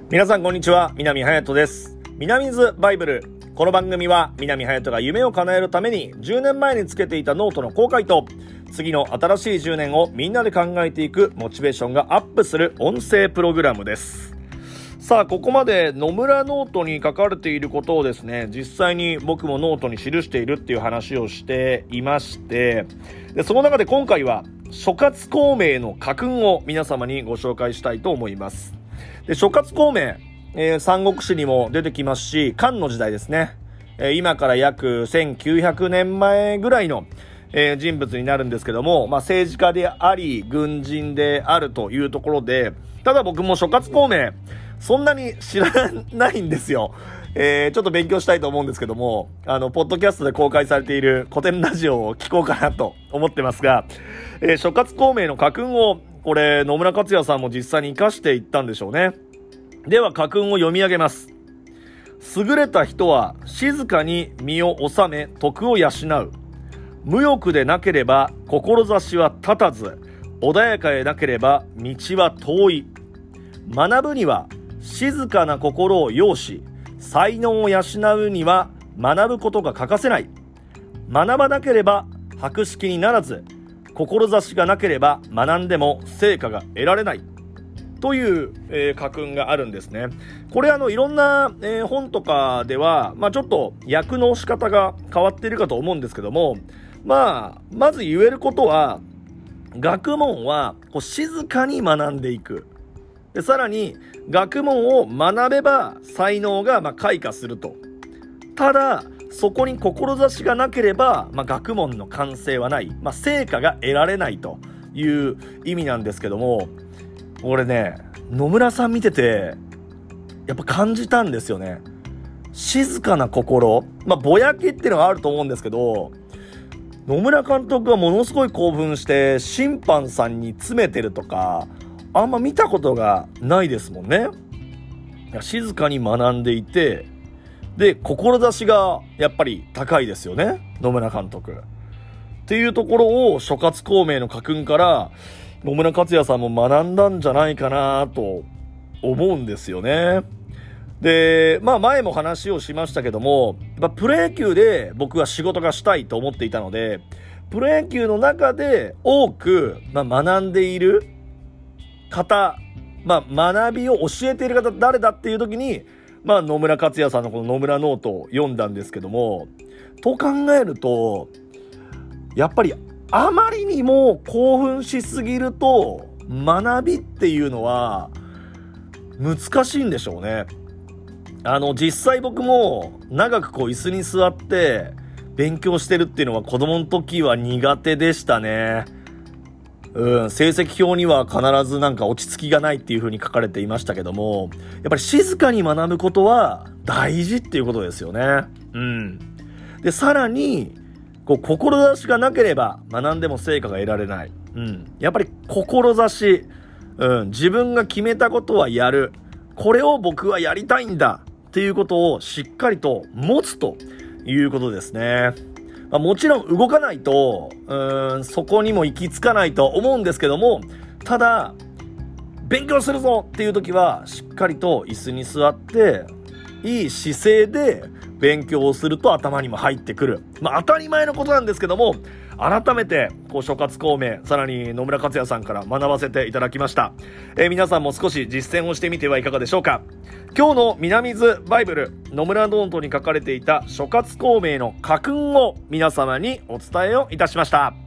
皆さんこんにちは、南隼人です。南ズバイブル。この番組は南隼人が夢を叶えるために10年前につけていたノートの後悔と次の新しい10年をみんなで考えていくモチベーションがアップする音声プログラムです。さあ、ここまで野村ノートに書かれていることをですね、実際に僕もノートに記しているっていう話をしていまして、でその中で今回は諸葛孔明の家訓を皆様にご紹介したいと思います。で諸葛孔明、三国志にも出てきますし、漢の時代ですね、今から約1900年前ぐらいの、人物になるんですけども、政治家であり軍人であるというところで、ただ僕も諸葛孔明そんなに知らないんですよ。ちょっと勉強したいと思うんですけども、ポッドキャストで公開されている古典ラジオを聞こうかなと思ってますが、諸葛孔明の家訓をこれ野村克也さんも実際に生かしていったんでしょうね。では家訓を読み上げます。優れた人は静かに身を治め徳を養う。無欲でなければ志は立たず、穏やかでなければ道は遠い。学ぶには静かな心を要し、才能を養うには学ぶことが欠かせない。学ばなければ博識にならず、志がなければ学んでも成果が得られないという、家訓があるんですね。これいろんな、本とかでは、ちょっと訳の仕方が変わっているかと思うんですけども、まず言えることは、学問は静かに学んでいく。でさらに学問を学べば才能が開花すると。ただそこに志がなければ、学問の完成はない、成果が得られないという意味なんですけども、俺ね、野村さん見ててやっぱ感じたんですよね。静かな心、ぼやきっていうのがあると思うんですけど、野村監督がものすごい興奮して審判さんに詰めてるとかあんま見たことがないですもんね。静かに学んでいて、で志がやっぱり高いですよね、野村監督っていうところを諸葛孔明の家訓から野村克也さんも学んだんじゃないかなと思うんですよね。で前も話をしましたけども、プロ野球で僕は仕事がしたいと思っていたので、プロ野球の中で多く、学んでいる方、学びを教えている方誰だっていう時に、野村克也さんのこの野村ノートを読んだんですけども、と考えるとやっぱりあまりにも興奮しすぎると学びっていうのは難しいんでしょうね。実際僕も長く椅子に座って勉強してるっていうのは子供の時は苦手でしたね。成績表には必ず落ち着きがないっていう風に書かれていましたけども、やっぱり静かに学ぶことは大事っていうことですよね。でさらに志がなければ学んでも成果が得られない。やっぱり志、自分が決めたことはやる、これを僕はやりたいんだっていうことをしっかりと持つということですね。もちろん動かないとそこにも行き着かないと思うんですけども、ただ勉強するぞっていう時はしっかりと椅子に座っていい姿勢で勉強をすると頭にも入ってくる。当たり前のことなんですけども、改めて諸葛孔明、さらに野村克也さんから学ばせていただきました。皆さんも少し実践をしてみてはいかがでしょうか。今日の南ズバイブル、野村ノートに書かれていた諸葛孔明の家訓を皆様にお伝えをいたしました。